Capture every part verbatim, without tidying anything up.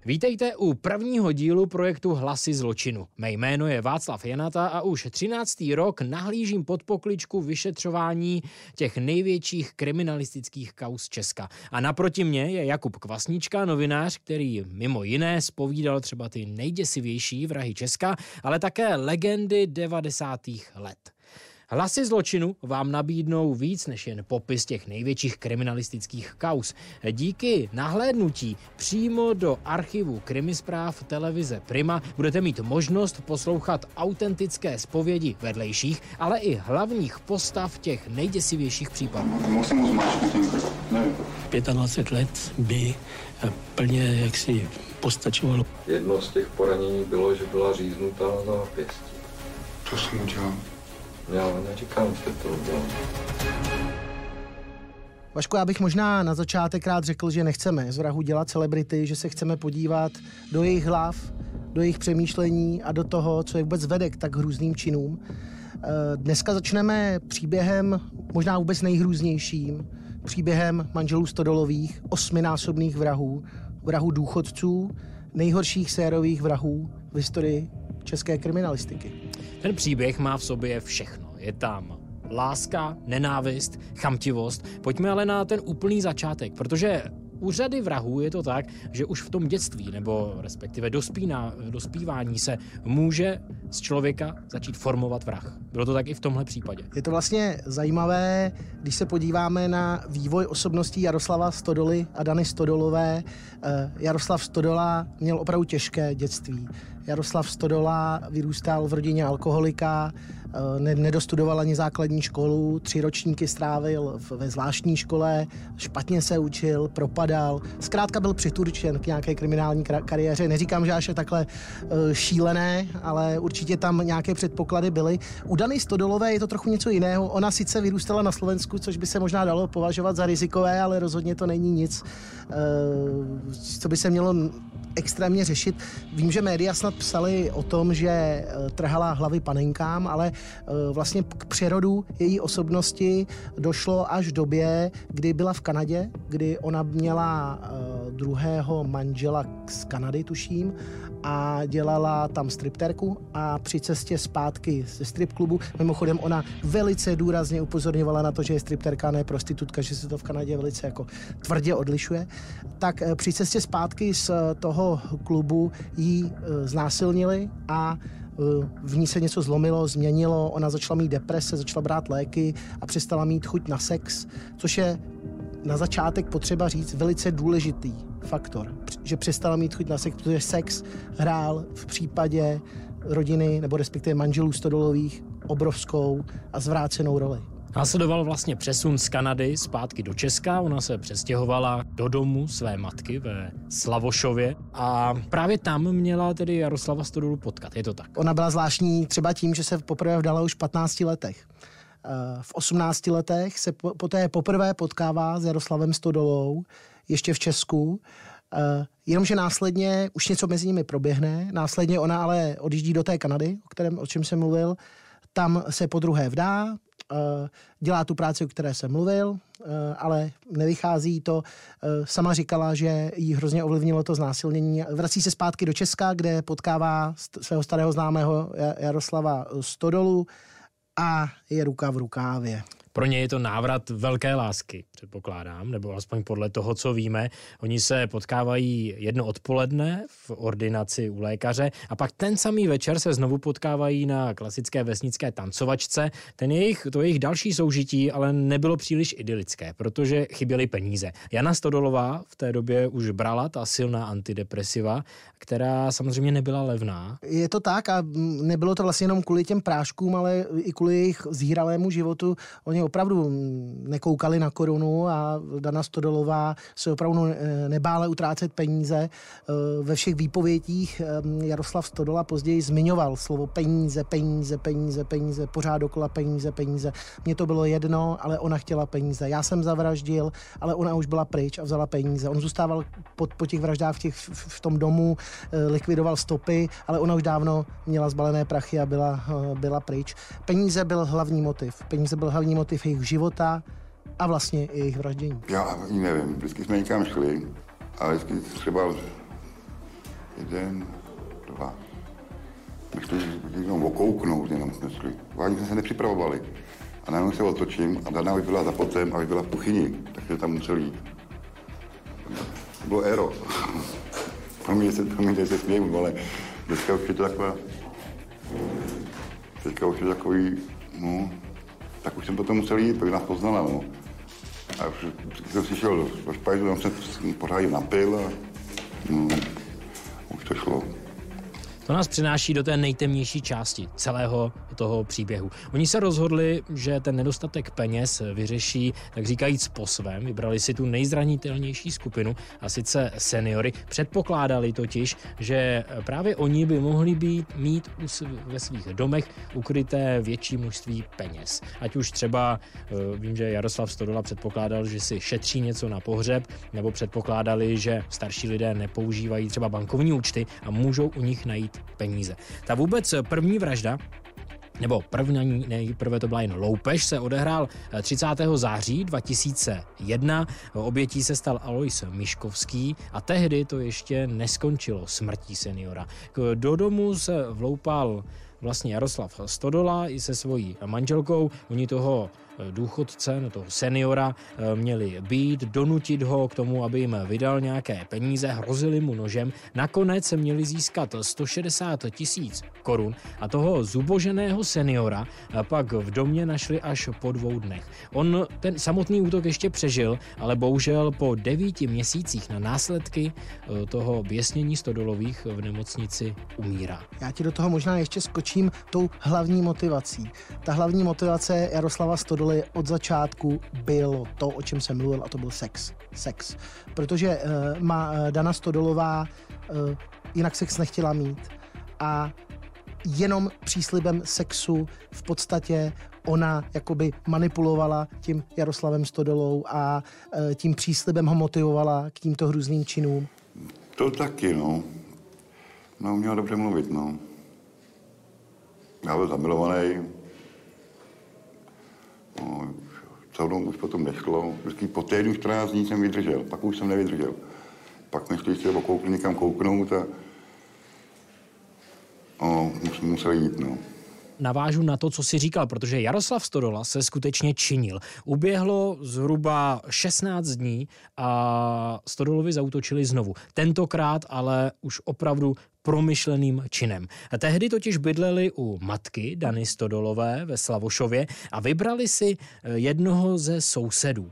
Vítejte u prvního dílu projektu Hlasy zločinu. Mé jméno je Václav Janata a už třináctý rok nahlížím pod pokličku vyšetřování těch největších kriminalistických kauz Česka. A naproti mně je Jakub Kvasnička, novinář, který mimo jiné zpovídal třeba ty nejděsivější vrahy Česka, ale také legendy devadesátých let. Hlasy zločinu vám nabídnou víc než jen popis těch největších kriminalistických kauz. Díky nahlédnutí přímo do archivu krimispráv televize Prima budete mít možnost poslouchat autentické zpovědi vedlejších, ale i hlavních postav těch nejděsivějších případů. Musím mu zmáčknout, nevím. dvacet pět let by plně jaksi postačovalo. Jedno z těch poranění bylo, že byla říznutá zápěstí. Co jsem udělal? Já neříkám, že to bylo. Vašku, já bych možná na začátek rád řekl, že nechceme z vrahu dělat celebrity, že se chceme podívat do jejich hlav, do jejich přemýšlení a do toho, co je vůbec vede k tak hrůzným činům. Dneska začneme příběhem možná vůbec nejhrůznějším, příběhem manželů Stodolových, osminásobných vrahů, vrahů důchodců, nejhorších sérových vrahů v historii české kriminalistiky. Ten příběh má v sobě všechno. Je tam láska, nenávist, chamtivost. Pojďme ale na ten úplný začátek, protože u řady vrahů je to tak, že už v tom dětství nebo respektive dospíná, dospívání se může z člověka začít formovat vrah. Bylo to tak i v tomhle případě. Je to vlastně zajímavé, když se podíváme na vývoj osobností Jaroslava Stodoly a Dany Stodolové. Jaroslav Stodola měl opravdu těžké dětství. Jaroslav Stodola vyrůstal v rodině alkoholika, nedostudoval ani základní školu, tři ročníky strávil ve zvláštní škole, špatně se učil, propadal. Zkrátka byl přiturčen k nějaké kriminální kariéře. Neříkám, že až je takhle šílené, ale určitě tam nějaké předpoklady byly. U Dany Stodolové je to trochu něco jiného. Ona sice vyrůstala na Slovensku, což by se možná dalo považovat za rizikové, ale rozhodně to není nic, co by se mělo extrémně řešit. Vím, že média snad psali o tom, že trhala hlavy panenkám, ale vlastně k přerodu její osobnosti došlo až v době, kdy byla v Kanadě, kdy ona měla druhého manžela z Kanady, tuším, a dělala tam stripterku a při cestě zpátky ze stripklubu, mimochodem ona velice důrazně upozorňovala na to, že je stripterka, ne prostitutka, že se to v Kanadě velice jako tvrdě odlišuje, tak při cestě zpátky z toho klubu jí znásilnili a v ní se něco zlomilo, změnilo, ona začala mít deprese, začala brát léky a přestala mít chuť na sex, což je na začátek potřeba říct velice důležitý faktor, že přestala mít chuť na sex, protože sex hrál v případě rodiny nebo respektive manželů Stodolových obrovskou a zvrácenou roli. Následoval vlastně přesun z Kanady zpátky do Česka, ona se přestěhovala do domu své matky ve Slavošově a právě tam měla tedy Jaroslava Stodolu potkat, je to tak? Ona byla zvláštní třeba tím, že se poprvé vdala už v patnácti letech. V osmnácti letech se poté poprvé potkává s Jaroslavem Stodolou, ještě v Česku, jenomže následně už něco mezi nimi proběhne, následně ona ale odjíždí do té Kanady, o kterém, o čem jsem mluvil, tam se podruhé vdá, dělá tu práci, o které jsem mluvil, ale nevychází to. Sama říkala, že jí hrozně ovlivnilo to znásilnění. Vrací se zpátky do Česka, kde potkává svého starého známého Jaroslava Stodolu a je ruka v rukávě. Pro ně je to návrat velké lásky, předpokládám, nebo aspoň podle toho, co víme. Oni se potkávají jedno odpoledne v ordinaci u lékaře a pak ten samý večer se znovu potkávají na klasické vesnické tancovačce. Ten jejich, to jejich další soužití ale nebylo příliš idylické, protože chyběly peníze. Jana Stodolová v té době už brala ta silná antidepresiva, která samozřejmě nebyla levná. Je to tak a nebylo to vlastně jenom kvůli těm práškům, ale i kvůli jejich zíralému životu. Oni opravdu nekoukali na korunu a Dana Stodolová se opravdu nebála utrácet peníze. Ve všech výpovědích Jaroslav Stodola později zmiňoval slovo peníze, peníze, peníze, peníze, pořád dokola peníze, peníze. Mně to bylo jedno, ale ona chtěla peníze. Já jsem zavraždil, ale ona už byla pryč a vzala peníze. On zůstával po, po těch vraždách v, těch, v tom domu, likvidoval stopy, ale ona už dávno měla zbalené prachy a byla, byla pryč. Peníze byl hlavní motiv. Peníze byl hlavní motiv jejich života a vlastně i jejich vraždění. Já nevím, vždycky jsme někam šli a vždycky třeba Jeden, dva. My šli jenom okouknout, jenom jsme šli. Vážně jsme se nepřipravovali. A najednou se otočím a Dana už byla za potem a už byla v kuchyni, takže tam musel jít. To bylo éro. Promiňte se, promiňte se směju, ale dneska už je to taková... Teďka už je takový, no... Tak už jsem potom musel jít, protože nás poznala, no. A už jsem si šel do špajzu, tam jsem pořádně napil a... No, už to šlo. To nás přináší do té nejtemnější části celého toho příběhu. Oni se rozhodli, že ten nedostatek peněz vyřeší, tak říkajíc, po svém. Vybrali si tu nejzranitelnější skupinu, a sice seniory. Předpokládali totiž, že právě oni by mohli být, mít ve svých domech ukryté větší množství peněz. Ať už třeba, vím, že Jaroslav Stodola předpokládal, že si šetří něco na pohřeb, nebo předpokládali, že starší lidé nepoužívají třeba bankovní účty a můžou u nich najít peníze. Ta vůbec první vražda, nebo první, nejprve to byla jen loupež, se odehrál třicátého září dva tisíce jedna. Obětí se stal Alois Miškovský a tehdy to ještě neskončilo smrtí seniora. Do domu se vloupal vlastně Jaroslav Stodola i se svojí manželkou. Oni toho důchodce, no toho seniora, měli být, donutit ho k tomu, aby jim vydal nějaké peníze, hrozili mu nožem. Nakonec se měli získat sto šedesát tisíc korun a toho zuboženého seniora pak v domě našli až po dvou dnech. On ten samotný útok ještě přežil, ale bohužel po devíti měsících na následky toho běsnění Stodolových v nemocnici umírá. Já ti do toho možná ještě skočím tou hlavní motivací. Ta hlavní motivace Jaroslava Stodoly od začátku bylo to, o čem jsem mluvil, a to byl sex. Sex. Protože uh, má uh, Dana Stodolová uh, jinak sex nechtěla mít a jenom příslibem sexu v podstatě ona jakoby manipulovala tím Jaroslavem Stodolou a uh, tím příslibem ho motivovala k tímto hrůzným činům. To taky, no. No, měla dobře mluvit, no. Já byl zamilovaný. No, celou už potom nešlo. Vždycky po týdnu čtrnáct dní jsem vydržel, pak už jsem nevydržel. Pak jsme šli třeba kouknout, někam kouknout a no, musel jít, no. Navážu na to, co jsi říkal, protože Jaroslav Stodola se skutečně činil. Uběhlo zhruba šestnáct dní a Stodolovi zaútočili znovu. Tentokrát ale už opravdu promyšleným činem. A tehdy totiž bydleli u matky Dany Stodolové ve Slavošově a vybrali si jednoho ze sousedů.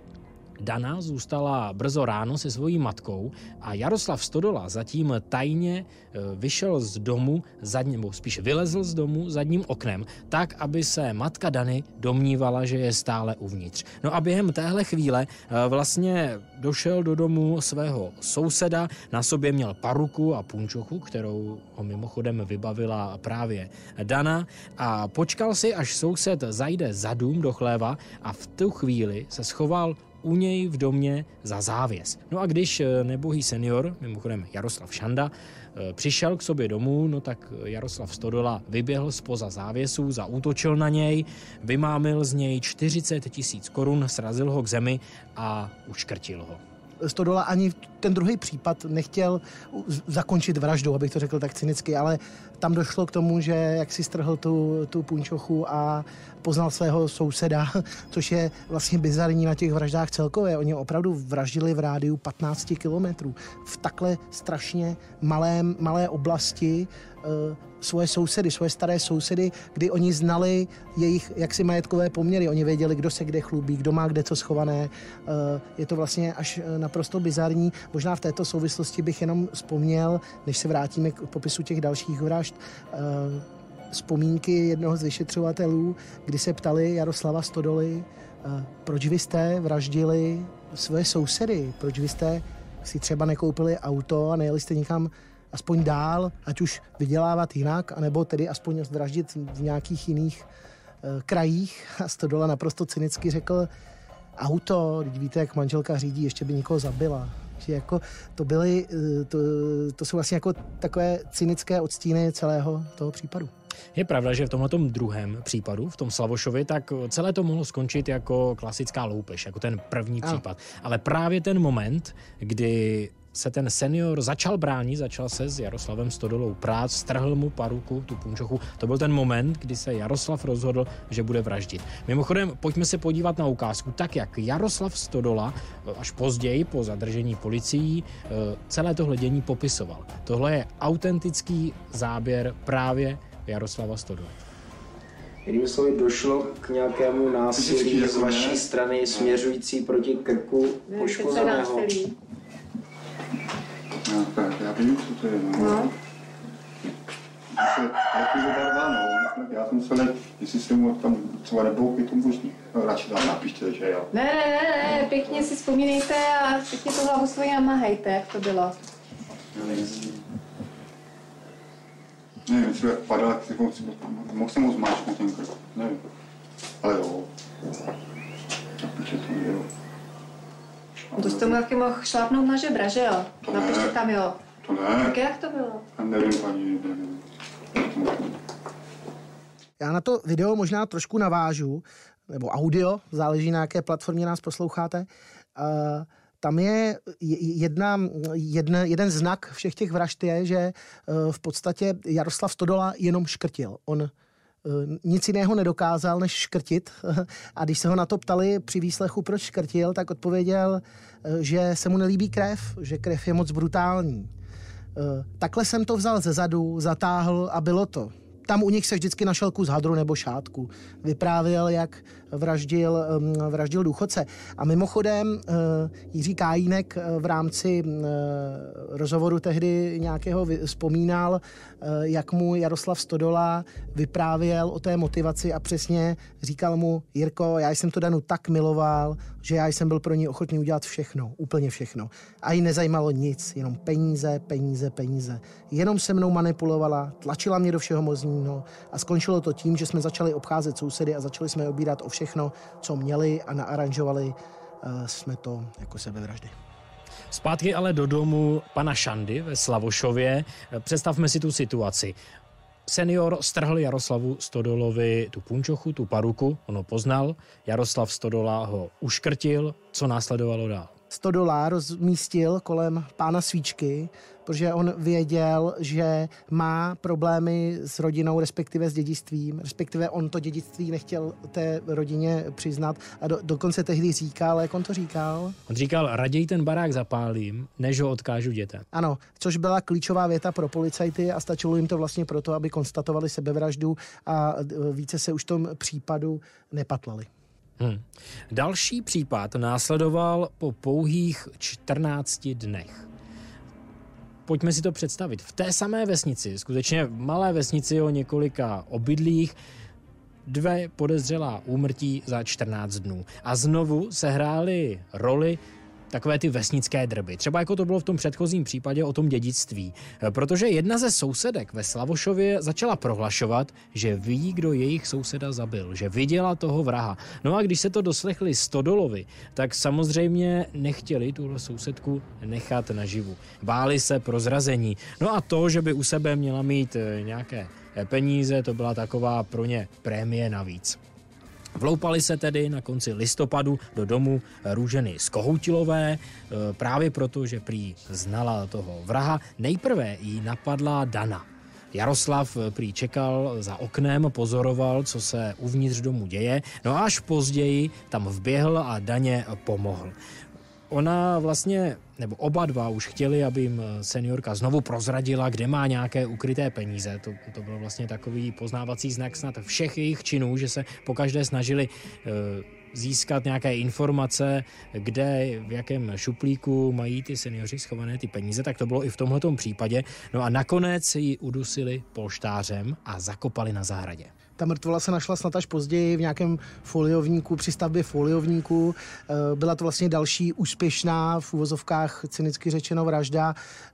Dana zůstala brzo ráno se svojí matkou a Jaroslav Stodola zatím tajně vyšel z domu, zadní, nebo spíš vylezl z domu zadním oknem, tak, aby se matka Dany domnívala, že je stále uvnitř. No a během téhle chvíle vlastně došel do domu svého souseda, na sobě měl paruku a punčochu, kterou ho mimochodem vybavila právě Dana, a počkal si, až soused zajde za dům do chléva, a v tu chvíli se schoval u něj v domě za závěs. No a když nebohý senior, mimochodem Jaroslav Šanda, přišel k sobě domů, no tak Jaroslav Stodola vyběhl zpoza závěsu, zaútočil na něj, vymámil z něj čtyřicet tisíc korun, srazil ho k zemi a uškrtil ho. Stodola ani ten druhý případ nechtěl zakončit vraždou, abych to řekl tak cynicky, ale tam došlo k tomu, že jak si strhl tu, tu punčochu a poznal svého souseda, což je vlastně bizarní na těch vraždách celkově. Oni opravdu vraždili v rádiu patnáct kilometrů. V takhle strašně malé, malé oblasti uh, svoje sousedy, svoje staré sousedy, kdy oni znali jejich jaksi majetkové poměry. Oni věděli, kdo se kde chlubí, kdo má kde co schované. Uh, je to vlastně až naprosto bizarní. Možná v této souvislosti bych jenom vzpomněl, než se vrátíme k popisu těch dalších vražd, uh, vzpomínky jednoho z vyšetřovatelů, kdy se ptali Jaroslava Stodoly, uh, proč vy jste vraždili svoje sousedy, proč vy jste si třeba nekoupili auto a nejeli jste nikam aspoň dál, ať už vydělávat jinak, anebo tedy aspoň vraždit v nějakých jiných uh, krajích. A Stodola naprosto cynicky řekl, auto, teď víte, jak manželka řídí, ještě by někoho zabila. Že jako to byly, to, to jsou vlastně jako takové cynické odstíny celého toho případu. Je pravda, že v tomhletom druhém případu, v tom Slavošovi, tak celé to mohlo skončit jako klasická loupež, jako ten první ano. případ. Ale právě ten moment, kdy se ten senior začal bránit, začal se s Jaroslavem Stodolou prát, strhl mu paruku, tu punčochu. To byl ten moment, kdy se Jaroslav rozhodl, že bude vraždit. Mimochodem, pojďme se podívat na ukázku, tak jak Jaroslav Stodola až později po zadržení policií celé tohle dění popisoval. Tohle je autentický záběr právě Jaroslava Stodoly. Jinými slovy, došlo k nějakému násilí z vaší strany směřující proti krku poškozeného. No, tak, já vím, co to je. No. No. Jakože barva, no. Já jsem se ne, jestli se mu tam třeba nebouky, to možný. No, radši tam napište, že jo. Ne, ne, ne, ne, pěkně si vzpomínejte a pěkně to hlavu svoji namahejte, jak to bylo. Nevím, třeba jak padal, jak si mohl jsem ho zmáčknout ten krk, nevím. Ale jo. Napište to, jo. To jste mu taky mohl šlápnout na žebra, že jo? To Napište ne. tam jo. To ne. Tak jak to bylo? Já nevím, paní, nevím. Já na to video možná trošku navážu, nebo audio, záleží na jaké platformě nás posloucháte. Uh, tam je jedna, jedna, jeden znak všech těch vražd je, že uh, v podstatě Jaroslav Stodola jenom škrtil. On uh, nic jiného nedokázal, než škrtit. A když se ho na to ptali při výslechu, proč škrtil, tak odpověděl, uh, že se mu nelíbí krev, že krev je moc brutální. Uh, takhle jsem to vzal ze zadu, zatáhl a bylo to. Tam u nich se vždycky našel kus hadru nebo šátku. Vyprávěl, jak vraždil, vraždil důchodce. A mimochodem Jiří Kajínek v rámci rozhovoru tehdy nějakého vzpomínal, jak mu Jaroslav Stodola vyprávěl o té motivaci a přesně říkal mu: Jirko, já jsem to Danu tak miloval, že já jsem byl pro ní ochotný udělat všechno, úplně všechno. A jí nezajímalo nic, jenom peníze, peníze, peníze. Jenom se mnou manipulovala, tlačila mě do všeho možného a skončilo to tím, že jsme začali obcházet sousedy a začali jsme obírat o všechno, co měli, a naaranžovali uh, jsme to jako sebevraždy. Zpátky ale do domu pana Šandy ve Slavošově. Představme si tu situaci. Senior strhl Jaroslavu Stodolovi tu punčochu, tu paruku, on ho poznal, Jaroslav Stodola ho uškrtil, co následovalo dál? Stodola rozmístil kolem pána svíčky, protože on věděl, že má problémy s rodinou, respektive s dědictvím, respektive on to dědictví nechtěl té rodině přiznat a do, dokonce tehdy říkal, jak on to říkal? On říkal, raději ten barák zapálím, než ho odkážu dětem. Ano, což byla klíčová věta pro policajty a stačilo jim to vlastně proto, aby konstatovali sebevraždu a více se už v tom případu nepatlali. Hmm. Další případ následoval po pouhých čtrnácti dnech. Pojďme si to představit. V té samé vesnici, skutečně v malé vesnici o několika obydlích, dvě podezřelá úmrtí za čtrnáct dnů. A znovu se hrály roli takové ty vesnické drby. Třeba jako to bylo v tom předchozím případě o tom dědictví. Protože jedna ze sousedek ve Slavošově začala prohlašovat, že ví, kdo jejich souseda zabil, že viděla toho vraha. No a když se to doslechli Stodolovi, tak samozřejmě nechtěli tuhle sousedku nechat naživu. Báli se prozrazení. No a to, že by u sebe měla mít nějaké peníze, to byla taková pro ně prémie navíc. Vloupali se tedy na konci listopadu do domu Růženy z Kohoutilové, právě proto, že prý znala toho vraha. Nejprve jí napadla Dana. Jaroslav prý čekal za oknem, pozoroval, co se uvnitř domu děje, no a až později tam vběhl a Daně pomohl. Ona vlastně, nebo oba dva už chtěli, aby jim seniorka znovu prozradila, kde má nějaké ukryté peníze. To, to byl vlastně takový poznávací znak snad všech jejich činů, že se pokaždé snažili e, získat nějaké informace, kde, v jakém šuplíku mají ty seniori schované ty peníze, tak to bylo i v tomhletom případě. No a nakonec ji udusili polštářem a zakopali na zahradě. Ta mrtvola se našla snad až později v nějakém foliovníku, při stavbě foliovníku. Byla to vlastně další úspěšná, v uvozovkách cynicky řečeno, vražda.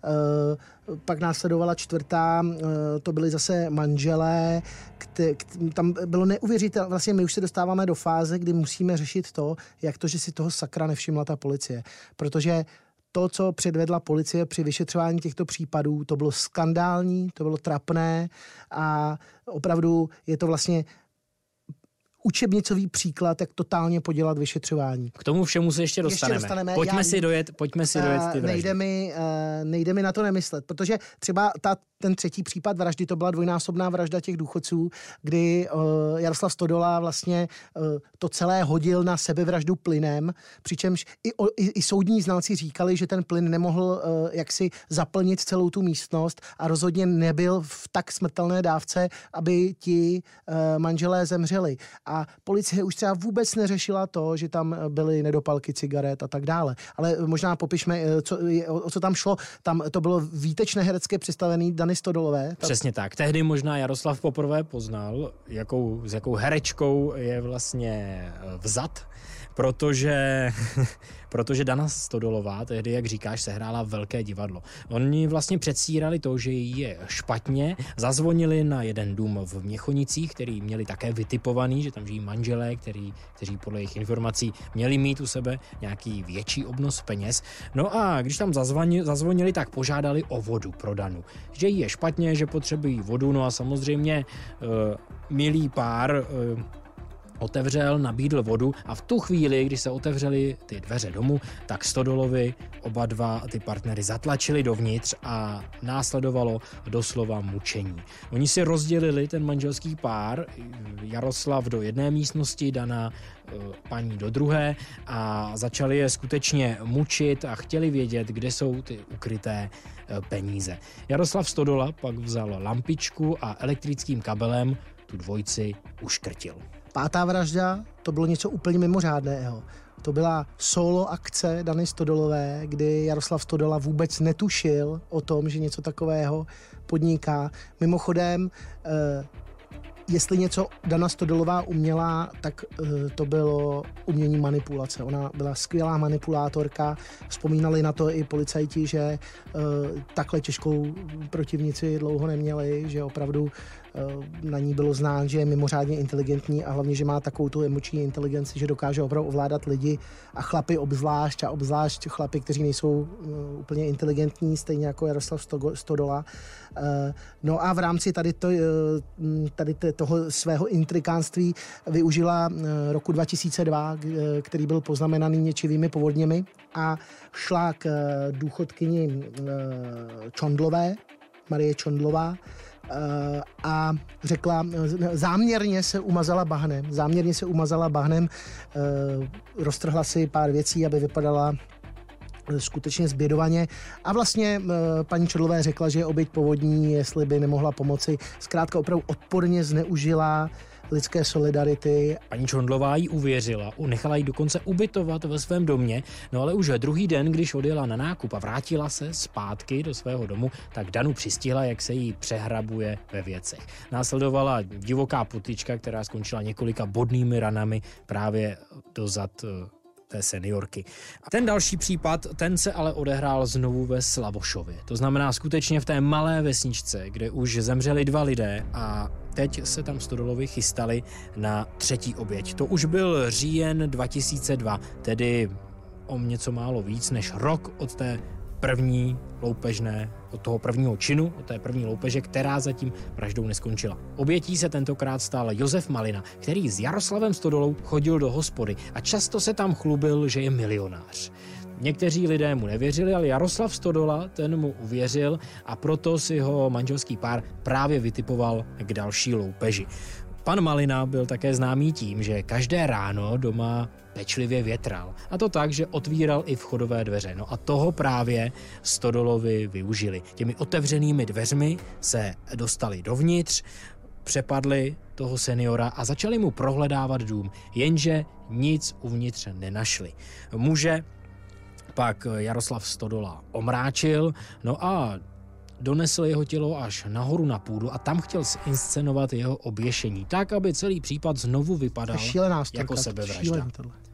Pak následovala čtvrtá, to byly zase manželé. Tam bylo neuvěřitelné, vlastně my už se dostáváme do fáze, kdy musíme řešit to, jak to, že si toho sakra nevšimla ta policie. Protože to, co předvedla policie při vyšetřování těchto případů, to bylo skandální, to bylo trapné a opravdu je to vlastně učebnicový příklad, jak totálně podělat vyšetřování. K tomu všemu se ještě dostaneme. Ještě dostaneme. Pojďme, Já, si dojet, pojďme si dojet ty vraždy. Nejde mi, nejde mi na to nemyslet, protože třeba ta, ten třetí případ vraždy, to byla dvojnásobná vražda těch důchodců, kdy uh, Jaroslav Stodola vlastně uh, to celé hodil na sebevraždu plynem, přičemž i, o, i, i soudní znalci říkali, že ten plyn nemohl uh, jaksi zaplnit celou tu místnost a rozhodně nebyl v tak smrtelné dávce, aby ti uh, manželé zemřeli. A policie už třeba vůbec neřešila to, že tam byly nedopalky cigaret a tak dále. Ale možná popišme, co, o co tam šlo. Tam to bylo výtečné herecké představení Dany Stodolové. Přesně tak. Tehdy možná Jaroslav poprvé poznal, jakou, s jakou herečkou je vlastně vzat, protože, protože Dana Stodolová tehdy, jak říkáš, sehrála velké divadlo. Oni vlastně předstírali to, že jí je špatně, zazvonili na jeden dům v Měchonicích, který měli také vytipovaný, že tam žijí manželé, který, kteří podle jejich informací měli mít u sebe nějaký větší obnos peněz. No a když tam zazvonili, zazvonili, tak požádali o vodu pro Danu. Že jí je špatně, že potřebují vodu, no a samozřejmě uh, milý pár uh, otevřel, nabídl vodu a v tu chvíli, když se otevřely ty dveře domu, tak Stodolovi oba dva ty partnery zatlačili dovnitř a následovalo doslova mučení. Oni si rozdělili ten manželský pár, Jaroslav do jedné místnosti, Dana paní do druhé a začali je skutečně mučit a chtěli vědět, kde jsou ty ukryté peníze. Jaroslav Stodola pak vzal lampičku a elektrickým kabelem tu dvojici uškrtil. Pátá vražda, to bylo něco úplně mimořádného. To byla solo akce Dany Stodolové, kdy Jaroslav Stodola vůbec netušil o tom, že něco takového podniká. Mimochodem, eh, jestli něco Dana Stodolová uměla, tak uh, to bylo umění manipulace. Ona byla skvělá manipulátorka. Vzpomínali na to i policajti, že uh, takhle těžkou protivnici dlouho neměli, že opravdu uh, na ní bylo znát, že je mimořádně inteligentní a hlavně, že má takovou tu emoční inteligenci, že dokáže opravdu ovládat lidi a chlapy obzvlášť a obzvlášť chlapy, kteří nejsou uh, úplně inteligentní, stejně jako Jaroslav Stodola. Uh, no a v rámci tady, to, uh, tady to, toho svého intrikánství využila roku dva tisíce dva, který byl poznamenaný něčivými povodněmi a šla k důchodkyni Čondlové, Marie Čondlová, a řekla, záměrně se umazala bahnem, záměrně se umazala bahnem, roztrhla si pár věcí, aby vypadala skutečně zbědovaně a vlastně paní Čondlové řekla, že je oběť povodní, jestli by nemohla pomoci. Zkrátka opravdu odporně zneužila lidské solidarity. Paní Čondlová jí uvěřila, nechala jí dokonce ubytovat ve svém domě, no ale už druhý den, když odjela na nákup a vrátila se zpátky do svého domu, tak Danu přistihla, jak se jí přehrabuje ve věcech. Následovala divoká potyčka, která skončila několika bodnými ranami právě do zad té seniorky. A ten další případ, ten se ale odehrál znovu ve Slavošově. To znamená skutečně v té malé vesničce, kde už zemřeli dva lidé a teď se tam Stodolovi chystali na třetí oběť. To už byl říjen dva tisíce dva, tedy o něco málo víc než rok od té první loupežné, od toho prvního činu, od té první loupeže, která zatím vraždou neskončila. Obětí se tentokrát stal Josef Malina, který s Jaroslavem Stodolou chodil do hospody a často se tam chlubil, že je milionář. Někteří lidé mu nevěřili, ale Jaroslav Stodola, ten mu uvěřil a proto si ho manželský pár právě vytipoval k další loupeži. Pan Malina byl také známý tím, že každé ráno doma pečlivě větral. A to tak, že otvíral i vchodové dveře. No a toho právě Stodolovi využili. Těmi otevřenými dveřmi se dostali dovnitř, přepadli toho seniora a začali mu prohledávat dům. Jenže nic uvnitř nenašli. Muže pak Jaroslav Stodola omráčil, no a donesl jeho tělo až nahoru na půdu a tam chtěl zinscenovat jeho oběšení, tak, aby celý případ znovu vypadal jako sebevražda.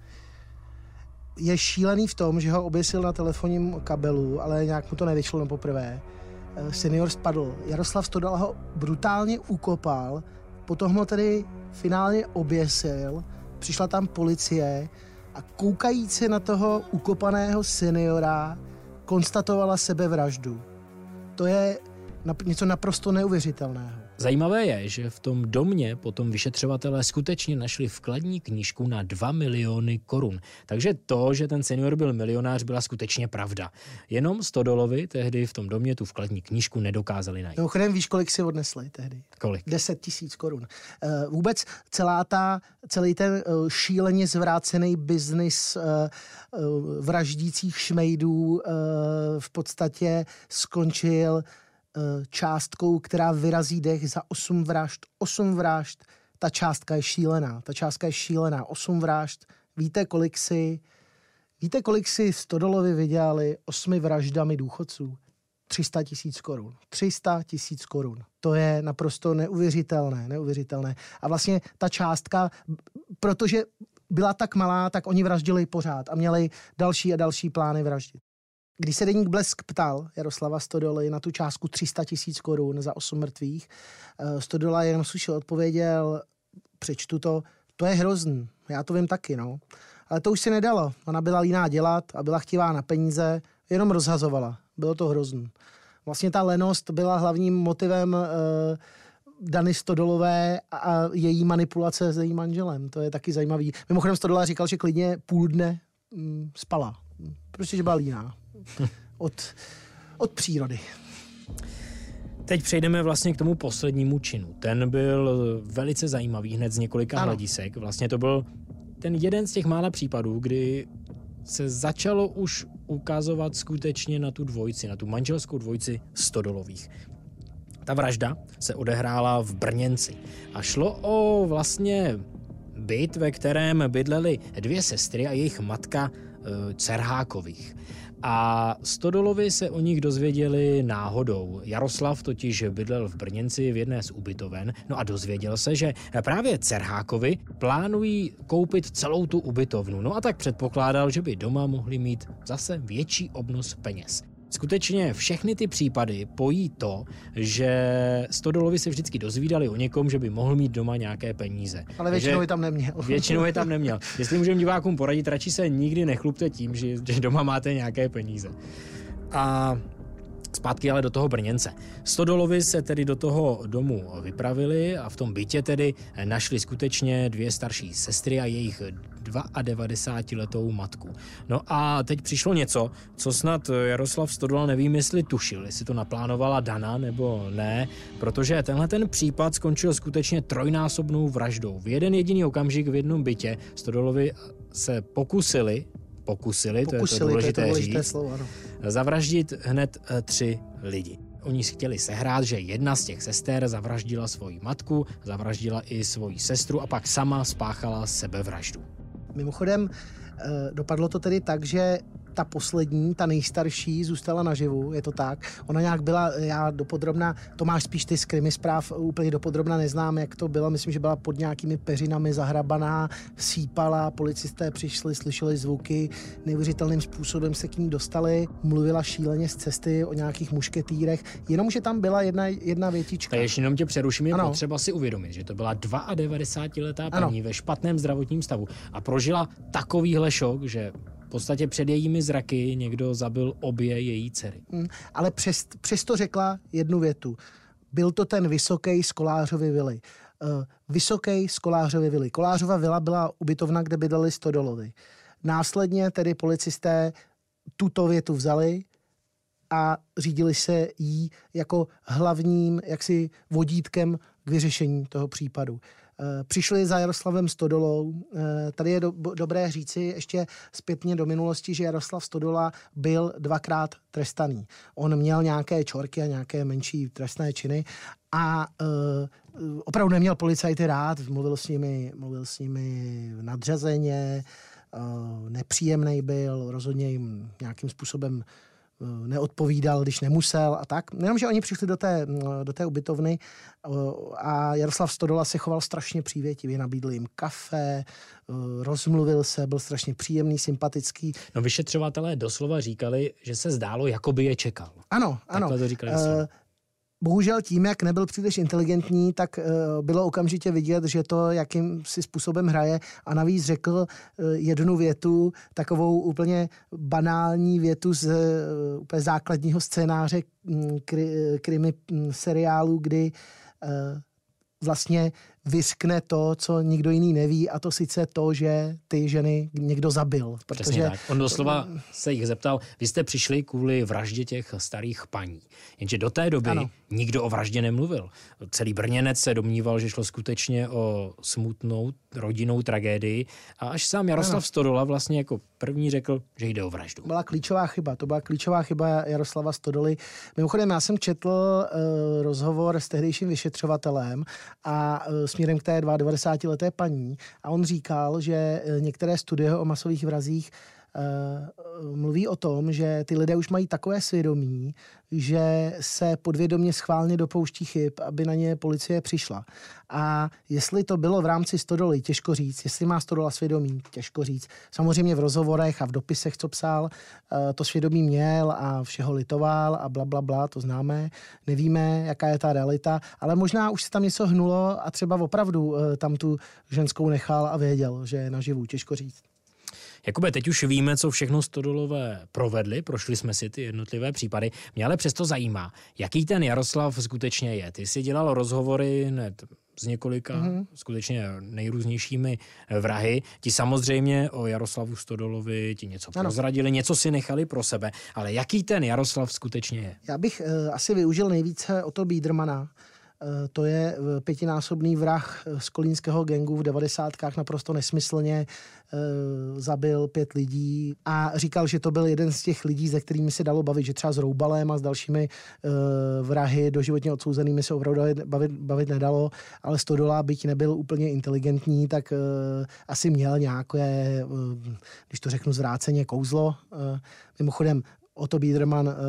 Je šílený v tom, že ho oběsil na telefonním kabelu, ale nějak mu to nevyšlo na poprvé. Senior spadl. Jaroslav Stodola ho brutálně ukopal, potom ho tedy finálně oběsil, přišla tam policie a koukající na toho ukopaného seniora konstatovala sebevraždu. To je něco naprosto neuvěřitelného. Zajímavé je, že v tom domě potom vyšetřovatelé skutečně našli vkladní knížku na dva miliony korun. Takže to, že ten senior byl milionář, byla skutečně pravda. Jenom Stodolovi tehdy v tom domě tu vkladní knížku nedokázali najít. Mimochodem, víš, kolik si odnesli tehdy? Kolik? deset tisíc korun. Vůbec celá ta, celý ten šíleně zvrácený biznis vraždících šmejdů v podstatě skončil částkou, která vyrazí dech za osm vražd. osm vražd, ta částka je šílená. Ta částka je šílená. osm vražd. Víte, kolik si, víte, kolik si Stodolovi vydělali osmi vraždami důchodců? tři sta tisíc korun. tři sta tisíc korun. To je naprosto neuvěřitelné, neuvěřitelné. A vlastně ta částka, protože byla tak malá, tak oni vraždili pořád a měli další a další plány vraždit. Když se deník Blesk ptal Jaroslava Stodoly na tu částku tři sta tisíc korun za osm mrtvých, Stodola jenom slušel odpověděl, přečtu to, to je hrozný, já to vím taky, no. Ale to už se nedalo, ona byla líná dělat a byla chtivá na peníze, jenom rozhazovala, bylo to hrozný. Vlastně ta lenost byla hlavním motivem uh, Dany Stodolové a její manipulace s jejím manželem, to je taky zajímavý. Mimochodem Stodola říkal, že klidně půl dne mm, spala, prostě, že byla líná. Od, od přírody. Teď přejdeme vlastně k tomu poslednímu činu. Ten byl velice zajímavý hned z několika ano. hledisek. Vlastně to byl ten jeden z těch mála případů, kdy se začalo už ukazovat skutečně na tu dvojici, na tu manželskou dvojici Stodolových. Ta vražda se odehrála v Brněnci a šlo o vlastně byt, ve kterém bydlely dvě sestry a jejich matka e, Cerhákových. A Stodolovi se o nich dozvěděli náhodou. Jaroslav totiž bydlel v Brněnci v jedné z ubytoven, no a dozvěděl se, že právě Cerhákovi plánují koupit celou tu ubytovnu. No a tak předpokládal, že by doma mohli mít zase větší obnos peněz. Skutečně všechny ty případy pojí to, že Stodolovi se vždycky dozvídali o někom, že by mohl mít doma nějaké peníze. Ale většinou je tam neměl. Většinou je tam neměl. Jestli můžeme divákům poradit, radši se nikdy nechlupte tím, že, že doma máte nějaké peníze. A zpátky ale do toho Brněnce. Stodolovi se tedy do toho domu vypravili a v tom bytě tedy našli skutečně dvě starší sestry a jejich devadesátidvouletou matku. No a teď přišlo něco, co snad Jaroslav Stodola nevím, jestli tušil, jestli to naplánovala Dana nebo ne, protože tenhle ten případ skončil skutečně trojnásobnou vraždou. V jeden jediný okamžik v jednom bytě Stodolovi se pokusili Pokusili, to Pokusili, je to důležité, to je to důležité říct, slovo, ano. zavraždit hned tři lidi. Oni si chtěli sehrát, že jedna z těch sester zavraždila svoji matku, zavraždila i svoji sestru a pak sama spáchala sebevraždu. Mimochodem, dopadlo to tedy tak, že ta poslední, ta nejstarší, zůstala naživu, je to tak. Ona nějak byla, já dopodrobna, to máš spíš ty z krimi zpráv, úplně dopodrobna neznám, jak to bylo. Myslím, že byla pod nějakými peřinami zahrabaná, sípala, policisté přišli, slyšeli zvuky, neuvěřitelným způsobem se k ní dostali, mluvila šíleně z cesty o nějakých mušketýrech, jenomže tam byla jedna, jedna větička. Tak ještě jenom tě přeruším, je potřeba si uvědomit, že to byla devadesátiletá paní ve špatném zdravotním stavu a prožila takovýhle šok, že v podstatě před jejími zraky někdo zabil obě její dcery. Hmm, ale přes, přesto řekla jednu větu. Byl to ten Vysoký z Kolářovy vily. Uh, Vysoký z Kolářovy vily. Kolářova vila byla ubytovna, kde bydleli Stodolovi. Následně tedy policisté tuto větu vzali a řídili se jí jako hlavním jaksi vodítkem k vyřešení toho případu. Přišli za Jaroslavem Stodolou. Tady je do, dobré říci ještě zpětně do minulosti, že Jaroslav Stodola byl dvakrát trestaný. On měl nějaké čorky a nějaké menší trestné činy a uh, opravdu neměl policajty rád, mluvil s nimi, mluvil s nimi nadřazeně, uh, nepříjemný byl, rozhodně jim nějakým způsobem neodpovídal, když nemusel a tak. Jenom, že oni přišli do té, do té ubytovny a Jaroslav Stodola se choval strašně přívětivě, nabídl jim kafe, rozmluvil se, byl strašně příjemný, sympatický. No vyšetřovatelé doslova říkali, že se zdálo, jako by je čekal. Ano, ano. Takhle to říkali doslova. Bohužel tím, jak nebyl příliš inteligentní, tak uh, bylo okamžitě vidět, že to jakým si způsobem hraje a navíc řekl uh, jednu větu, takovou úplně banální větu z uh, úplně základního scénáře um, kri, krimi um, seriálu, kdy vlastně vyřkne to, co nikdo jiný neví, a to sice to, že ty ženy někdo zabil. Protože tak. On doslova se jich zeptal, vy jste přišli kvůli vraždě těch starých paní. Jenže do té doby ano. nikdo o vraždě nemluvil. Celý Brněnec se domníval, že šlo skutečně o smutnou rodinnou tragédii, a až sám Jaroslav ano. Stodola vlastně jako první řekl, že jde o vraždu. Byla klíčová chyba, to byla klíčová chyba Jaroslava Stodoly. Mimochodem, já jsem četl uh, rozhovor s tehdejším vyšetřovatelem a uh, směrem k té dvadesátileté paní, a on říkal, že některé studie o masových vrazích uh, mluví o tom, že ty lidé už mají takové svědomí, že se podvědomě schválně dopouští chyb, aby na ně policie přišla. A jestli to bylo v rámci Stodoly, těžko říct. Jestli má Stodola svědomí, těžko říct. Samozřejmě v rozhovorech a v dopisech, co psal, to svědomí měl a všeho litoval a bla, bla, bla, to známe. Nevíme, jaká je ta realita, ale možná už se tam něco hnulo a třeba opravdu tam tu ženskou nechal a věděl, že je naživu, těžko říct. Jakube, teď už víme, co všechno Stodolové provedli, prošli jsme si ty jednotlivé případy. Mě ale přesto zajímá, jaký ten Jaroslav skutečně je. Ty jsi dělal rozhovory ne, s několika mm-hmm. skutečně nejrůznějšími vrahy. Ti samozřejmě o Jaroslavu Stodolovi ti něco ano. prozradili, něco si nechali pro sebe, ale jaký ten Jaroslav skutečně je? Já bych uh, asi využil nejvíce Otto Biedermana. To je pětinásobný vrah z kolínského gangu v devadesátkách, naprosto nesmyslně e, zabil pět lidí a říkal, že to byl jeden z těch lidí, se kterými se dalo bavit, že třeba s Roubalem a s dalšími e, vrahy doživotně odsouzenými se opravdu bavit, bavit nedalo, ale Stodola, byť nebyl úplně inteligentní, tak e, asi měl nějaké, e, když to řeknu zvráceně, kouzlo. E, mimochodem, Otto Biederman e,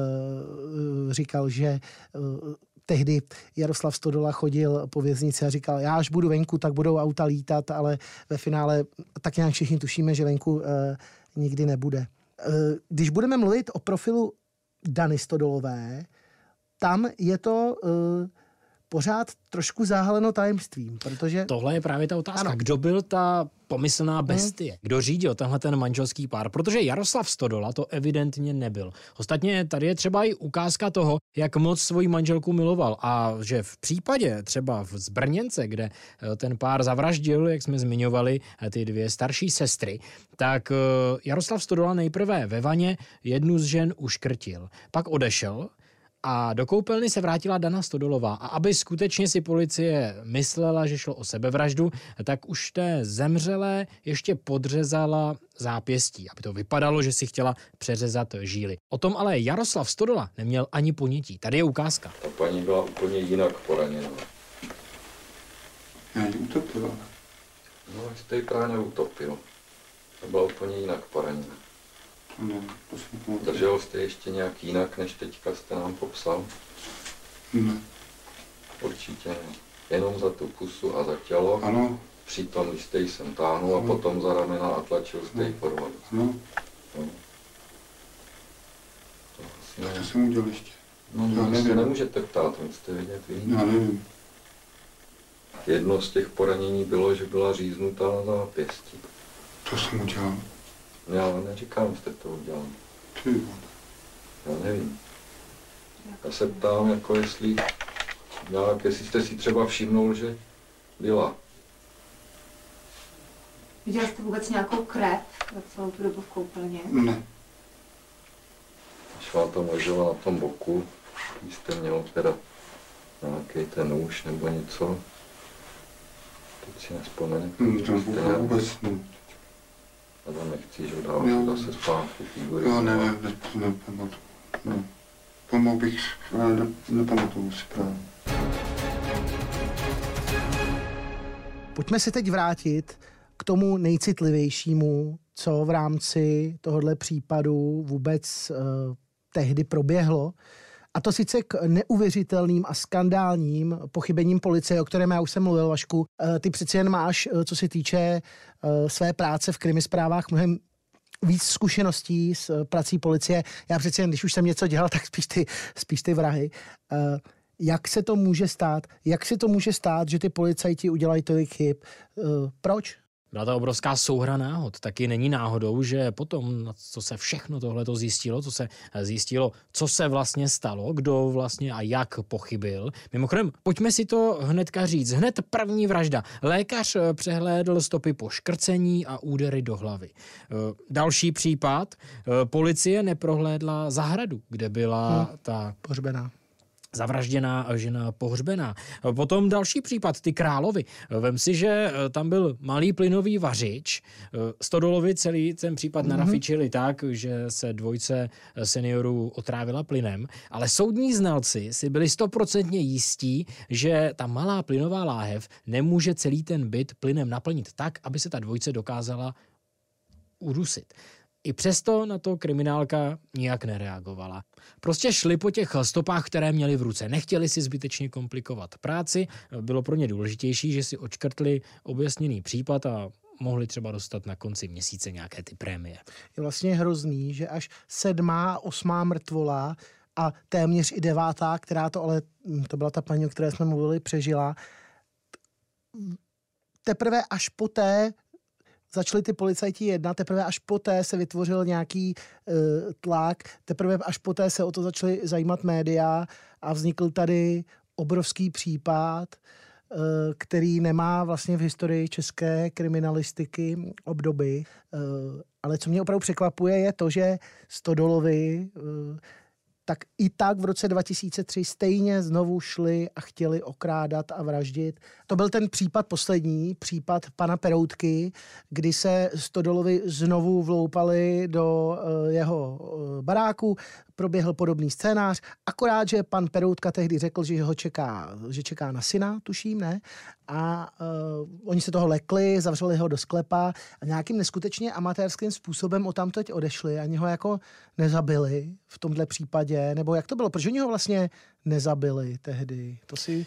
říkal, že e, tehdy Jaroslav Stodola chodil po věznici a říkal, já až budu venku, tak budou auta lítat, ale ve finále tak nějak všichni tušíme, že venku e, nikdy nebude. E, když budeme mluvit o profilu Dany Stodolové, tam je to e, pořád trošku zahaleno tajemstvím, protože... Tohle je právě ta otázka. Ano. Kdo byl ta pomyslná bestie? Hmm. Kdo řídil tenhle ten manželský pár? Protože Jaroslav Stodola to evidentně nebyl. Ostatně tady je třeba i ukázka toho, jak moc svoji manželku miloval, a že v případě třeba z Brněnce, kde ten pár zavraždil, jak jsme zmiňovali, ty dvě starší sestry, tak Jaroslav Stodola nejprve ve vaně jednu z žen uškrtil. Pak odešel a do koupelny se vrátila Dana Stodolová. A aby skutečně si policie myslela, že šlo o sebevraždu, tak už té zemřelé ještě podřezala zápěstí, aby to vypadalo, že si chtěla přeřezat žíly. O tom ale Jaroslav Stodola neměl ani ponětí. Tady je ukázka. Ta paní byla úplně jinak poraněna. Já ji utopila. No, jste ji právě utopil. Ta byla úplně jinak poraněna. Ne, to jsem Držel jste ještě nějak jinak, než teďka jste nám popsal? Ne. Určitě ne. Jenom za tu pusu a za tělo. Ano. Přitom jste ji sem táhnul a potom za ramena a tlačil jste ji pod vodu. Ano. No. To, ne. To jsem udělal ještě. No, no vy se nemůžete ptát, musíte vidět vy. Já nevím. Jedno z těch poranění bylo, že byla říznutá na zápěstí. To jsem udělal. Já ale neříkám, jste to udělal. Ty. Já nevím. Já se ptám, jako jestli, nějak, jestli jste si třeba všimnul, že byla. Viděl jste vůbec nějakou krev za celou tu dobu v koupelně? Ne. Když vám tam ležela na tom boku, jste měl teda nějaký ten nůž nebo něco. Teď si nespomenu. Hmm, to nějak... vůbec ne. A tam nechci, že dál zase zpátky figury. Jo, ne, ne, ne, nepamatuji. Ne. Pomohl bych, ale ne, nepamatuju si právě. Pojďme se teď vrátit k tomu nejcitlivějšímu, co v rámci tohohle případu vůbec uh, tehdy proběhlo. A to sice k neuvěřitelným a skandálním pochybením policie, o kterém já už jsem mluvil, Vašku. Ty přeci jen máš, co se týče své práce v krimisprávách, mnohem víc zkušeností s prací policie. Já přeci jen, když už jsem něco dělal, tak spíš ty, spíš ty vrahy. Jak se to může stát? Jak se to může stát, že ty policajti udělají tolik chyb? Proč? Byla to obrovská souhra náhod. Taky není náhodou, že potom, co se všechno tohleto zjistilo, co se zjistilo, co se vlastně stalo, kdo vlastně a jak pochybil. Mimochodem, pojďme si to hnedka říct. Hned první vražda. Lékař přehlédl stopy po škrcení a údery do hlavy. Další případ. Policie neprohlédla zahradu, kde byla hmm. ta pohřbená. Zavražděná žena pohřbená. Potom další případ, ty Královy. Vem si, že tam byl malý plynový vařič. Stodolovi celý ten případ mm-hmm. narafičili tak, že se dvojce seniorů otrávila plynem, ale soudní znalci si byli stoprocentně jistí, že ta malá plynová láhev nemůže celý ten byt plynem naplnit tak, aby se ta dvojce dokázala udusit. I přesto na to kriminálka nijak nereagovala. Prostě šli po těch stopách, které měli v ruce. Nechtěli si zbytečně komplikovat práci. Bylo pro ně důležitější, že si odškrtli objasněný případ a mohli třeba dostat na konci měsíce nějaké ty prémie. Je vlastně hrozný, že až sedmá, osmá mrtvola a téměř i devátá, která to ale, to byla ta paní, o které jsme mluvili, přežila, teprve až poté začali ty policajti jednat, teprve až poté se vytvořil nějaký uh, tlak, teprve až poté se o to začaly zajímat média a vznikl tady obrovský případ, uh, který nemá vlastně v historii české kriminalistiky obdoby. Uh, ale co mě opravdu překvapuje, je to, že Stodolovi uh, tak i tak v roce dva tisíce tři stejně znovu šli a chtěli okrádat a vraždit. To byl ten případ poslední, případ pana Peroutky, kdy se Stodolovi znovu vloupali do uh, jeho uh, baráku, proběhl podobný scénář, akorát, že pan Peroutka tehdy řekl, že ho čeká, že čeká na syna, tuším, ne? A uh, oni se toho lekli, zavřeli ho do sklepa a nějakým neskutečně amatérským způsobem odtamtud odešli, ani ho jako nezabili v tomhle případě, nebo jak to bylo? Proč oni ho vlastně nezabili tehdy? To si...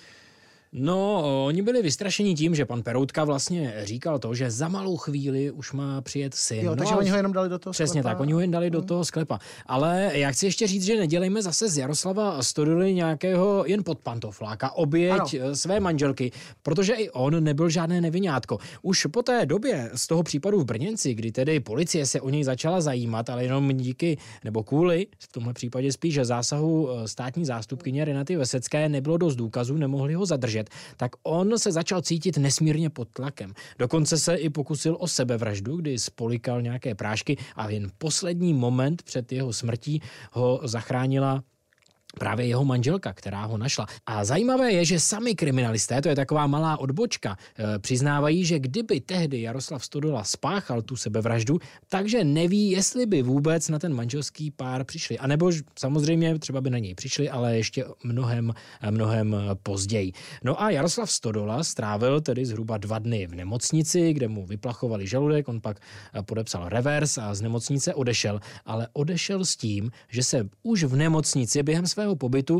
No, oni byli vystrašeni tím, že pan Peroutka vlastně říkal to, že za malou chvíli už má přijet syn. Jo, no, takže oni ho jenom dali do toho přesně sklepa. tak, oni ho jen dali do toho sklepa. Ale já chci ještě říct, že nedělejme zase z Jaroslava Stodoly nějakého jen podpantofláka, oběť ano. své manželky, protože i on nebyl žádné nevinňátko. Už po té době z toho případu v Brněnci, kdy tedy policie se o něj začala zajímat, ale jenom díky, nebo kvůli, v tomhle případě spíše zásahu státní zástupkyně Renaty Vesecké nebylo dost důkazů, nemohli ho zadržet, tak on se začal cítit nesmírně pod tlakem. Dokonce se i pokusil o sebevraždu, kdy spolikal nějaké prášky a jen poslední moment před jeho smrtí ho zachránila právě jeho manželka, která ho našla. A zajímavé je, že sami kriminalisté, to je taková malá odbočka, e, přiznávají, že kdyby tehdy Jaroslav Stodola spáchal tu sebevraždu, takže neví, jestli by vůbec na ten manželský pár přišli. A nebo samozřejmě třeba by na něj přišli, ale ještě mnohem, mnohem později. No a Jaroslav Stodola strávil tedy zhruba dva dny v nemocnici, kde mu vyplachovali žaludek, on pak podepsal revers a z nemocnice odešel. Ale odešel s tím, že se už v nemocnici během své pobytu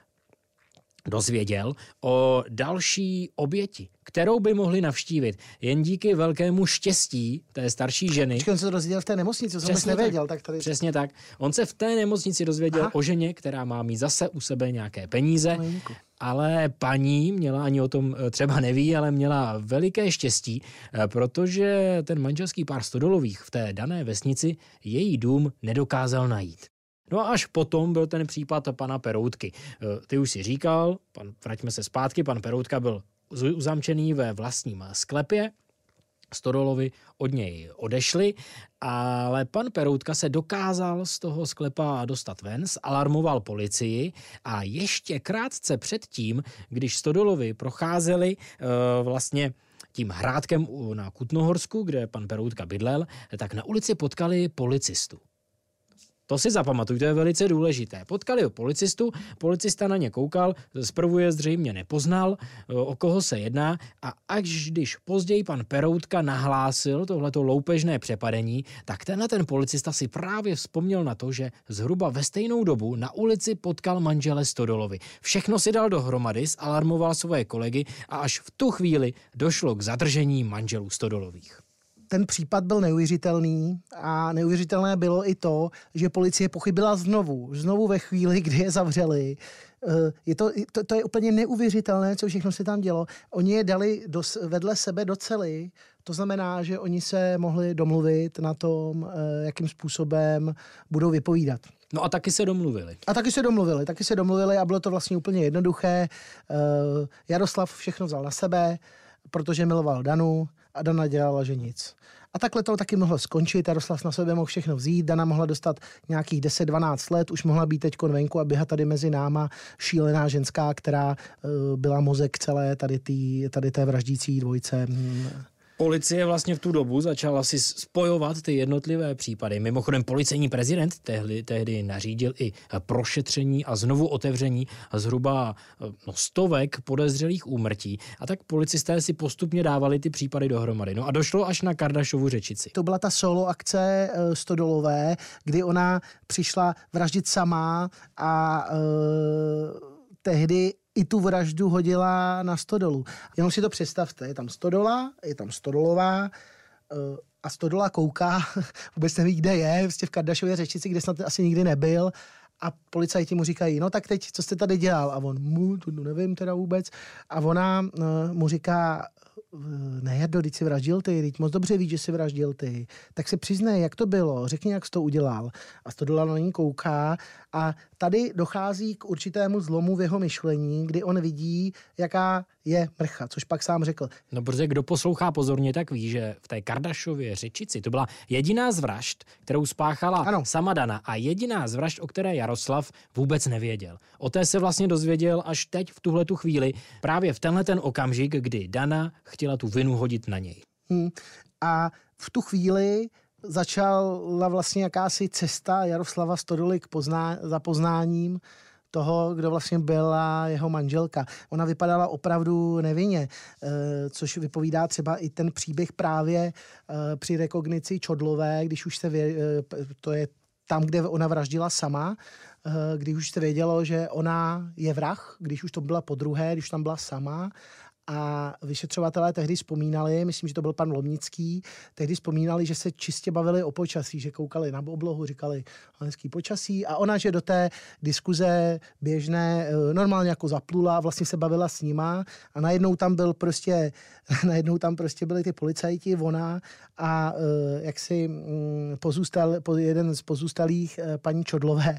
dozvěděl o další oběti, kterou by mohli navštívit. Jen díky velkému štěstí té starší ženy. Počkej, on se to dozvěděl v té nemocnici, co jsem nevěděl. Tak tady... Přesně tak. On se v té nemocnici dozvěděl Aha. o ženě, která má mít zase u sebe nějaké peníze, ale paní měla, ani o tom třeba neví, ale měla veliké štěstí, protože ten manželský pár Stodolových v té dané vesnici její dům nedokázal najít. No a až potom byl ten případ pana Peroutky. Ty už si říkal, pan, vraťme se zpátky, pan Peroutka byl uzamčený ve vlastním sklepě, Stodolovi od něj odešli, ale pan Peroutka se dokázal z toho sklepa dostat ven, alarmoval policii a ještě krátce předtím, když Stodolovi procházeli uh, vlastně tím hrádkem na Kutnohorsku, kde pan Peroutka bydlel, tak na ulici potkali policistu. To si zapamatuj, to je velice důležité. Potkali ho policistu, policista na ně koukal, zprvu je zřejmě nepoznal, o koho se jedná a až když později pan Peroutka nahlásil tohleto loupežné přepadení, tak tenhle ten policista si právě vzpomněl na to, že zhruba ve stejnou dobu na ulici potkal manžele Stodolovi. Všechno si dal dohromady, zalarmoval svoje kolegy a až v tu chvíli došlo k zadržení manželů Stodolových. Ten případ byl neuvěřitelný a neuvěřitelné bylo i to, že policie pochybila znovu. Znovu ve chvíli, kdy je zavřeli. je to, to, to je úplně neuvěřitelné, co všechno se tam dělo. Oni je dali do, vedle sebe do cely, to znamená, že oni se mohli domluvit na tom, jakým způsobem budou vypovídat. No a taky se domluvili. A taky se domluvili, taky se domluvili a bylo to vlastně úplně jednoduché. Jaroslav všechno vzal na sebe, protože miloval Danu a Dana dělala, že nic. A takhle to taky mohlo skončit, Jaroslav na sebe mohl všechno vzít, Dana mohla dostat nějakých deset dvanáct let, už mohla být teď venku a běhat tady mezi náma šílená ženská, která uh, byla mozek celé tady, tý, tady té vraždící dvojce. Policie vlastně v tu dobu začala si spojovat ty jednotlivé případy. Mimochodem policejní prezident tehdy, tehdy nařídil i prošetření a znovu otevření zhruba no, stovek podezřelých úmrtí. A tak policisté si postupně dávali ty případy dohromady. No a došlo až na Kardašovu Řečici. To byla ta solo akce uh, Stodolové, kdy ona přišla vraždit sama a uh, tehdy i tu vraždu hodila na Stodolu. Jenom si to představte, je tam Stodola, je tam Stodolová a Stodola kouká, vůbec neví, kde je, prostě v Kardašově Řečici, kde snad asi nikdy nebyl a policajti mu říkají, no tak teď, co jste tady dělal? A on, mu, to nevím teda vůbec. A ona mu říká, ne, Jardo, teď jsi vraždil ty, teď moc dobře víš, že jsi vraždil ty. Tak se přiznej, jak to bylo, řekni, jak jsi to udělal. A Stodola na ní kouká a tady dochází k určitému zlomu v jeho myšlení, kdy on vidí, jaká je mrcha, což pak sám řekl. No, protože kdo poslouchá pozorně, tak ví, že v té Kardašově Řečici to byla jediná z vražd, kterou spáchala ano. sama Dana a jediná z vražd, o které Jaroslav vůbec nevěděl. O té se vlastně dozvěděl až teď v tuhletu chvíli, právě v tenhle ten okamžik, kdy Dana chtěla tu vinu hodit na něj. Hmm. A v tu chvíli začala vlastně jakási cesta Jaroslava Stodoly k pozná- za poznáním toho, kdo vlastně byla jeho manželka. Ona vypadala opravdu nevinně, což vypovídá třeba i ten příběh právě při rekognici Čodlové, když už se vě, to je tam, kde ona vraždila sama, když už se vědělo, že ona je vrah, když už to byla podruhé, když tam byla sama. A vyšetřovatelé tehdy vzpomínali, myslím, že to byl pan Lomnický, tehdy vzpomínali, že se čistě bavili o počasí, že koukali na oblohu, říkali hezký počasí a ona, že do té diskuze běžné normálně jako zaplula, vlastně se bavila s nima a najednou tam byl prostě, najednou tam prostě byli ty policajti, ona a jak si pozůstal, jeden z pozůstalých paní Čodlové.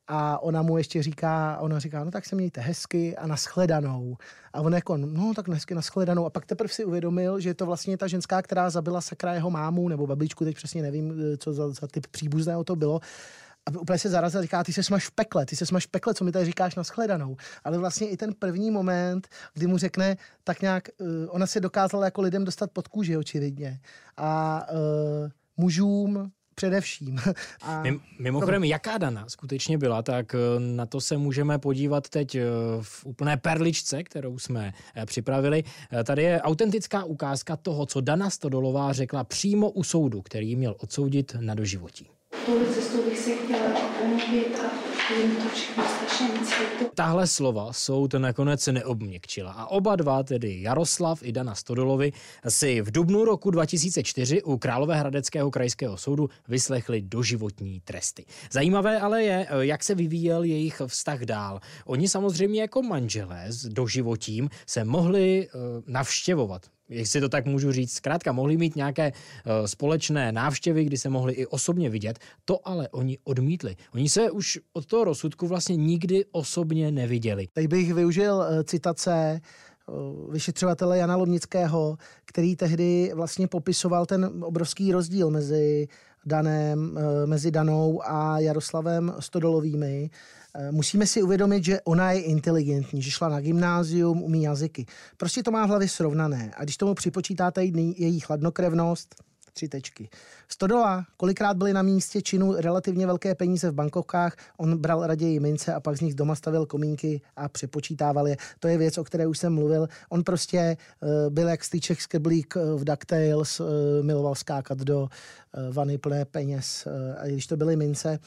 A ona mu ještě říká, ona říká, no tak se mějte hezky a nashledanou. A on jako, no tak hezky nashledanou. A pak teprve si uvědomil, že je to vlastně ta ženská, která zabila sakra jeho mámu nebo babičku, teď přesně nevím, co za, za typ příbuzného to bylo. A úplně se zarazil, říká, ty se smaž v pekle, ty se smaž v pekle, co mi tady říkáš nashledanou. Ale vlastně i ten první moment, kdy mu řekne, tak nějak, uh, ona se dokázala jako lidem dostat pod kůži, očividně. A uh, mužům především. A... Mimochodem, jaká Dana skutečně byla, tak na to se můžeme podívat teď v úplné perličce, kterou jsme připravili. Tady je autentická ukázka toho, co Dana Stodolová řekla přímo u soudu, který měl odsoudit na doživotí. Touhle cestou bych se chtěla omluvit a jim to všechno strašně moc líto. Tahle slova soud nakonec neobměkčila a oba dva, tedy Jaroslav i Dana Stodolovi, si v dubnu roku dva tisíce čtyři u Královéhradeckého krajského soudu vyslechli doživotní tresty. Zajímavé ale je, jak se vyvíjel jejich vztah dál. Oni samozřejmě jako manželé s doživotím se mohli uh, navštěvovat. Jestli to tak můžu říct, zkrátka mohli mít nějaké uh, společné návštěvy, kdy se mohli i osobně vidět, to ale oni odmítli. Oni se už od toho rozsudku vlastně nikdy osobně neviděli. Teď bych využil uh, citace uh, vyšetřovatele Jana Lomnického, který tehdy vlastně popisoval ten obrovský rozdíl mezi Danem, uh, mezi Danou a Jaroslavem Stodolovými. Musíme si uvědomit, že ona je inteligentní, že šla na gymnázium, umí jazyky. Prostě to má v hlavě srovnané. A když tomu připočítáte její chladnokrevnost, tři tečky. Stodola, kolikrát byly na místě činu relativně velké peníze v bankovkách, on bral raději mince a pak z nich doma stavil komínky a přepočítával je. To je věc, o které už jsem mluvil. On prostě uh, byl jak stýček skrblík v DuckTales, uh, miloval skákat do uh, vany plné peněz, uh, a když to byly mince.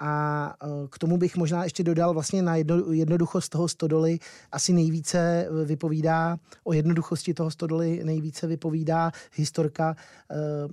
A k tomu bych možná ještě dodal vlastně na jedno, jednoduchost toho Stodoly asi nejvíce vypovídá, o jednoduchosti toho Stodoly nejvíce vypovídá historka eh,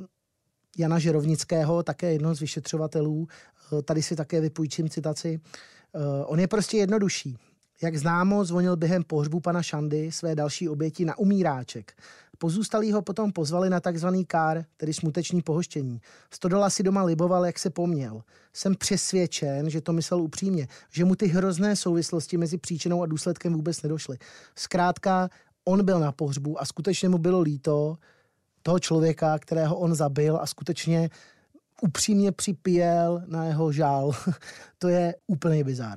Jana Žerovnického, také jedno z vyšetřovatelů. Eh, tady si také vypůjčím citaci. Eh, on je prostě jednodušší. Jak známo, zvonil během pohřbu pana Šandy své další oběti na umíráček. Pozůstalí ho potom pozvali na takzvaný kár, tedy smuteční pohoštění. Stodola si doma liboval, jak se poměl. Jsem přesvědčen, že to myslel upřímně, že mu ty hrozné souvislosti mezi příčinou a důsledkem vůbec nedošly. Zkrátka, on byl na pohřbu a skutečně mu bylo líto toho člověka, kterého on zabil a skutečně upřímně připíjel na jeho žál. To je úplný bizár.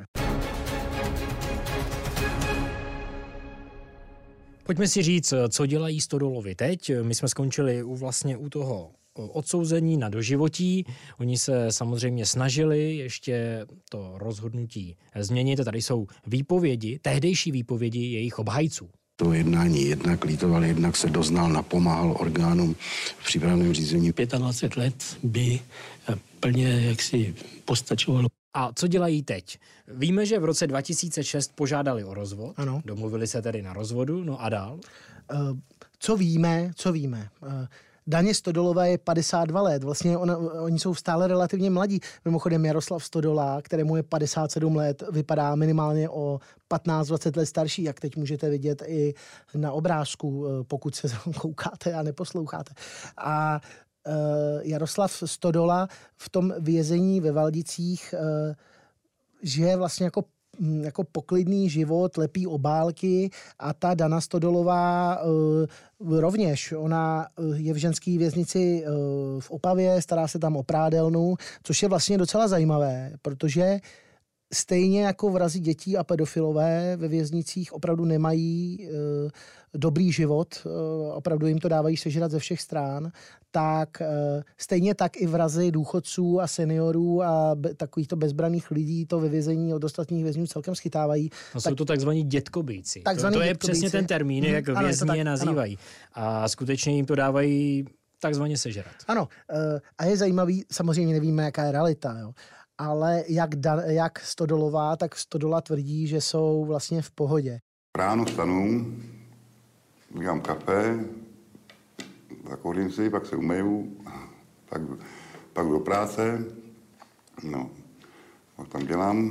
Pojďme si říct, co dělají Stodolovi teď. My jsme skončili u vlastně u toho odsouzení na doživotí. Oni se samozřejmě snažili ještě to rozhodnutí změnit. Tady jsou výpovědi, tehdejší výpovědi jejich obhajců. To jednání jednak lítoval, jednak se doznal, napomáhal orgánům v přípravném řízení. dvacet pět let by plně jaksi postačovalo. A co dělají teď? Víme, že v roce dva tisíce šest požádali o rozvod. Ano. Domluvili se tedy na rozvodu. No a dál? Uh, co víme, co víme? Uh, Daně Stodolové je padesát dva let. Vlastně on, oni jsou stále relativně mladí. Mimochodem Jaroslav Stodola, kterému je padesát sedm let, vypadá minimálně o patnáct dvacet let starší, jak teď můžete vidět i na obrázku, pokud se koukáte a neposloucháte. A uh, Jaroslav Stodola v tom vězení ve Valdicích uh, žije vlastně jako jako poklidný život, lepí obálky a ta Dana Stodolová uh, rovněž. Ona je v ženské věznici uh, v Opavě, stará se tam o prádelnu, což je vlastně docela zajímavé, protože stejně jako vrazi dětí a pedofilové ve věznicích opravdu nemají uh, dobrý život, uh, opravdu jim to dávají sežrat ze všech stran, tak uh, stejně tak i vrazi důchodců a seniorů a be, takovýchto bezbraných lidí to ve vězení od ostatních vězňů celkem schytávají. No, tak, jsou to takzvaní dětkobíci. Takzvaný to, to je dětkobíci. Přesně ten termín, mm, jak ano, vězni tak, je nazývají. Ano. A skutečně jim to dávají takzvaně sežrat. Ano. Uh, a je zajímavý, samozřejmě nevíme, jaká je realita, jo. Ale jak, da, jak Stodolová, tak Stodola tvrdí, že jsou vlastně v pohodě. Ráno vstanu, udělám kafe, zakouřím si, pak se umeju, pak, pak do práce, no, pak tam dělám,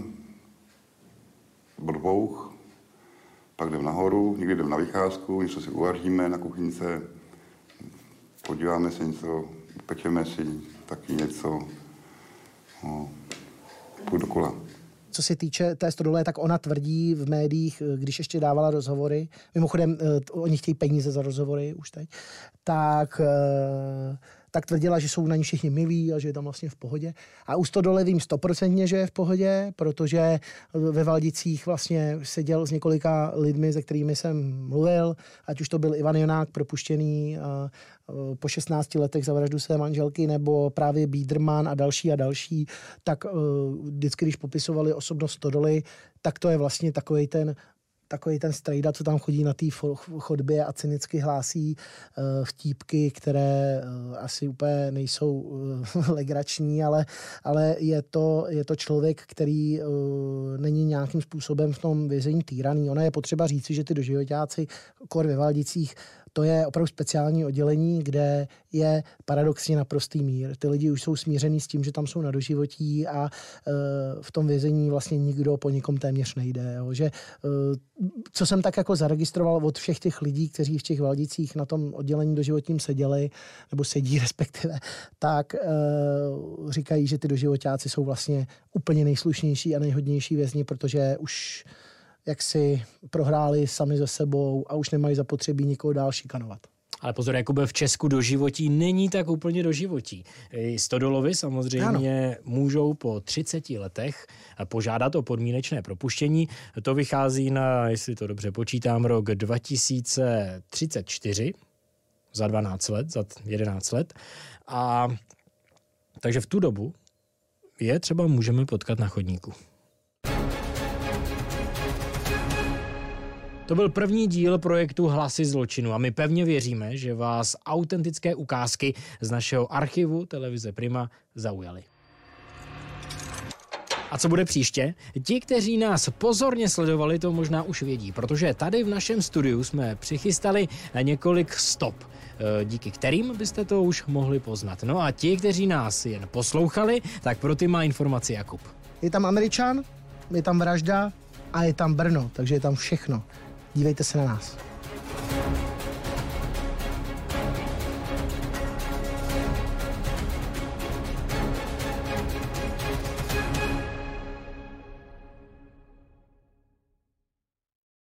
bodbouch, pak jdem nahoru, někdy jdem na vycházku, něco si uvaříme na kuchyňce, podíváme se něco, pečeme si taky něco, no, půjdu dokola. Co se týče té Stodole, tak ona tvrdí v médiích, když ještě dávala rozhovory, mimochodem oni chtějí peníze za rozhovory už teď, tak, tak tvrdila, že jsou na ní všichni milí a že je tam vlastně v pohodě. A u Stodole vím stoprocentně, že je v pohodě, protože ve Valdicích vlastně seděl s několika lidmi, se kterými jsem mluvil, ať už to byl Ivan Jonák, propuštěný po šestnácti letech za vraždu své manželky, nebo právě Biederman a další a další, tak vždycky, když popisovali osobnost Stodoly, tak to je vlastně takovej ten takový ten strejda, co tam chodí na té chodbě a cynicky hlásí uh, vtípky, které uh, asi úplně nejsou uh, legrační, ale, ale je, to, je to člověk, který uh, není nějakým způsobem v tom vězení týraný. Ona je potřeba říci, že ty doživoťáci kor ve Valdicích, to je opravdu speciální oddělení, kde je paradoxně naprostý mír. Ty lidi už jsou smířený s tím, že tam jsou na doživotí a uh, v tom vězení vlastně nikdo po nikom téměř nejde. Jo. Že, uh, co jsem tak jako zaregistroval od všech těch lidí, kteří v těch Valdicích na tom oddělení doživotním seděli, nebo sedí respektive, tak uh, říkají, že ty doživoťáci jsou vlastně úplně nejslušnější a nejhodnější vězni, protože už jak si prohráli sami ze sebou a už nemají zapotřebí nikoho dál šikanovat. Ale pozor, Jakube, v Česku doživotí není tak úplně doživotí. Stodolovi samozřejmě ano. můžou po třiceti letech požádat o podmínečné propuštění. To vychází na, jestli to dobře počítám, rok dva tisíce třicet čtyři, za dvanáct let, za jedenáct let. A takže v tu dobu je třeba můžeme potkat na chodníku. To byl první díl projektu Hlasy zločinu a my pevně věříme, že vás autentické ukázky z našeho archivu televize Prima zaujaly. A co bude příště? Ti, kteří nás pozorně sledovali, to možná už vědí, protože tady v našem studiu jsme přichystali několik stop, díky kterým byste to už mohli poznat. No a ti, kteří nás jen poslouchali, tak pro ty má informaci Jakub. Je tam Američan, je tam vražda A je tam Brno, takže je tam všechno. Dívejte se na nás.